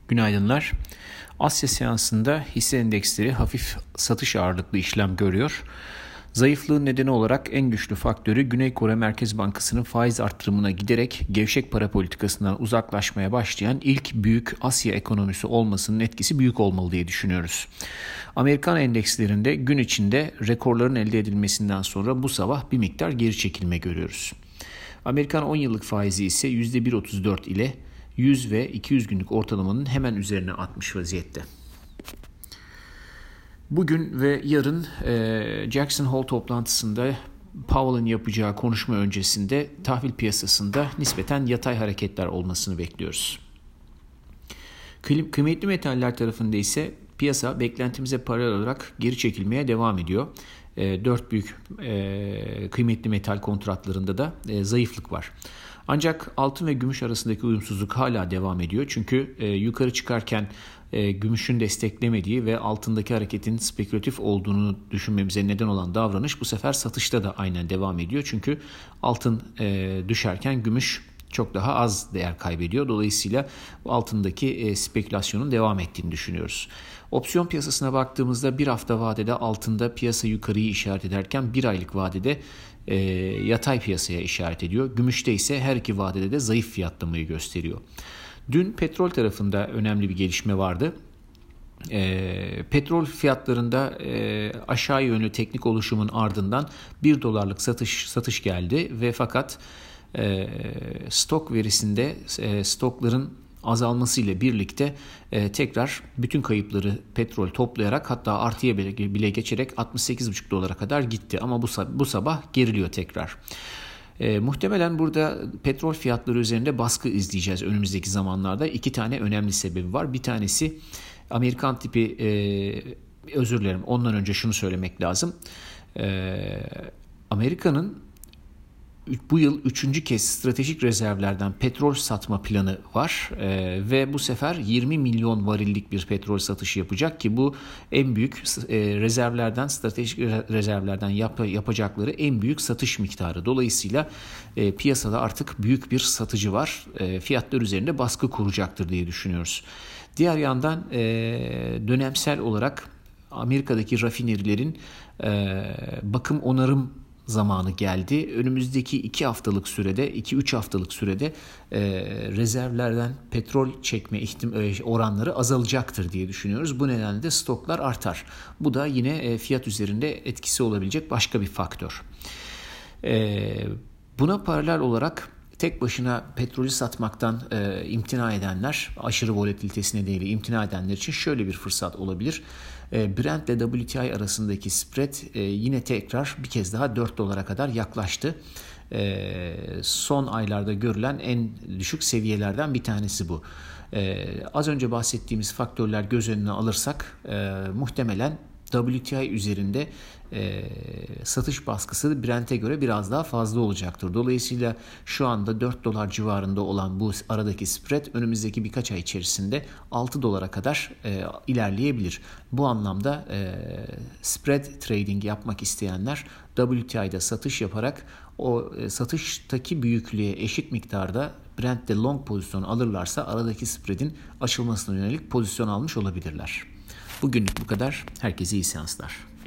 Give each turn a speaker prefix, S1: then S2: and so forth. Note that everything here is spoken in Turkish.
S1: Günaydınlar. Asya seansında hisse endeksleri hafif satış ağırlıklı işlem görüyor. Zayıflığın nedeni olarak en güçlü faktörü Güney Kore Merkez Bankası'nın faiz arttırımına giderek gevşek para politikasından uzaklaşmaya başlayan ilk büyük Asya ekonomisi olmasının etkisi büyük olmalı diye düşünüyoruz. Amerikan endekslerinde gün içinde rekorların elde edilmesinden sonra bu sabah bir miktar geri çekilme görüyoruz. Amerikan 10 yıllık faizi ise %1.34 ile 100 ve 200 günlük ortalamanın hemen üzerine atmış vaziyette. Bugün ve yarın Jackson Hole toplantısında Powell'ın yapacağı konuşma öncesinde tahvil piyasasında nispeten yatay hareketler olmasını bekliyoruz. Kıymetli metaller tarafında ise piyasa beklentimize paralel olarak geri çekilmeye devam ediyor. 4 büyük kıymetli metal kontratlarında da zayıflık var. Ancak altın ve gümüş arasındaki uyumsuzluk hala devam ediyor. Çünkü yukarı çıkarken gümüşün desteklemediği ve altındaki hareketin spekülatif olduğunu düşünmemize neden olan davranış bu sefer satışta da aynen devam ediyor. Çünkü altın düşerken gümüş çok daha az değer kaybediyor. Dolayısıyla altındaki spekülasyonun devam ettiğini düşünüyoruz. Opsiyon piyasasına baktığımızda bir hafta vadede altında piyasa yukarıyı işaret ederken bir aylık vadede yatay piyasaya işaret ediyor. Gümüşte ise her iki vadede de zayıf fiyatlamayı gösteriyor. Dün petrol tarafında önemli bir gelişme vardı. Petrol fiyatlarında aşağı yönlü teknik oluşumun ardından $1 satış geldi ve fakat stok verisinde stokların azalmasıyla birlikte tekrar bütün kayıpları petrol toplayarak hatta artıya bile geçerek $68,5 kadar gitti. Ama bu sabah geriliyor tekrar. Muhtemelen burada petrol fiyatları üzerinde baskı izleyeceğiz önümüzdeki zamanlarda. 2 tane önemli sebebi var. Bir tanesi Amerikan tipi, özür dilerim, ondan önce şunu söylemek lazım. Amerika'nın bu yıl 3. kez stratejik rezervlerden petrol satma planı var ve bu sefer 20 milyon varillik bir petrol satışı yapacak ki bu en büyük rezervlerden, stratejik rezervlerden yapacakları en büyük satış miktarı. Dolayısıyla piyasada artık büyük bir satıcı var. Fiyatlar üzerinde baskı kuracaktır diye düşünüyoruz. Diğer yandan dönemsel olarak Amerika'daki rafinerilerin bakım onarım zamanı geldi. Önümüzdeki 2 haftalık sürede, 2-3 haftalık sürede rezervlerden petrol çekme oranları azalacaktır diye düşünüyoruz. Bu nedenle de stoklar artar. Bu da yine fiyat üzerinde etkisi olabilecek başka bir faktör. Buna paralel olarak tek başına petrolü satmaktan imtina edenler, aşırı volatilitesi nedeniyle imtina edenler için şöyle bir fırsat olabilir. Brent ile WTI arasındaki spread yine tekrar bir kez daha $4 kadar yaklaştı. Son aylarda görülen en düşük seviyelerden bir tanesi bu. Az önce bahsettiğimiz faktörler göz önüne alırsak muhtemelen WTI üzerinde satış baskısı Brent'e göre biraz daha fazla olacaktır. Dolayısıyla şu anda $4 civarında olan bu aradaki spread önümüzdeki birkaç ay içerisinde $6 kadar ilerleyebilir. Bu anlamda spread trading yapmak isteyenler WTI'de satış yaparak o satıştaki büyüklüğe eşit miktarda Brent'te long pozisyon alırlarsa aradaki spread'in açılmasına yönelik pozisyon almış olabilirler. Bugünlük bu kadar. Herkese iyi seanslar.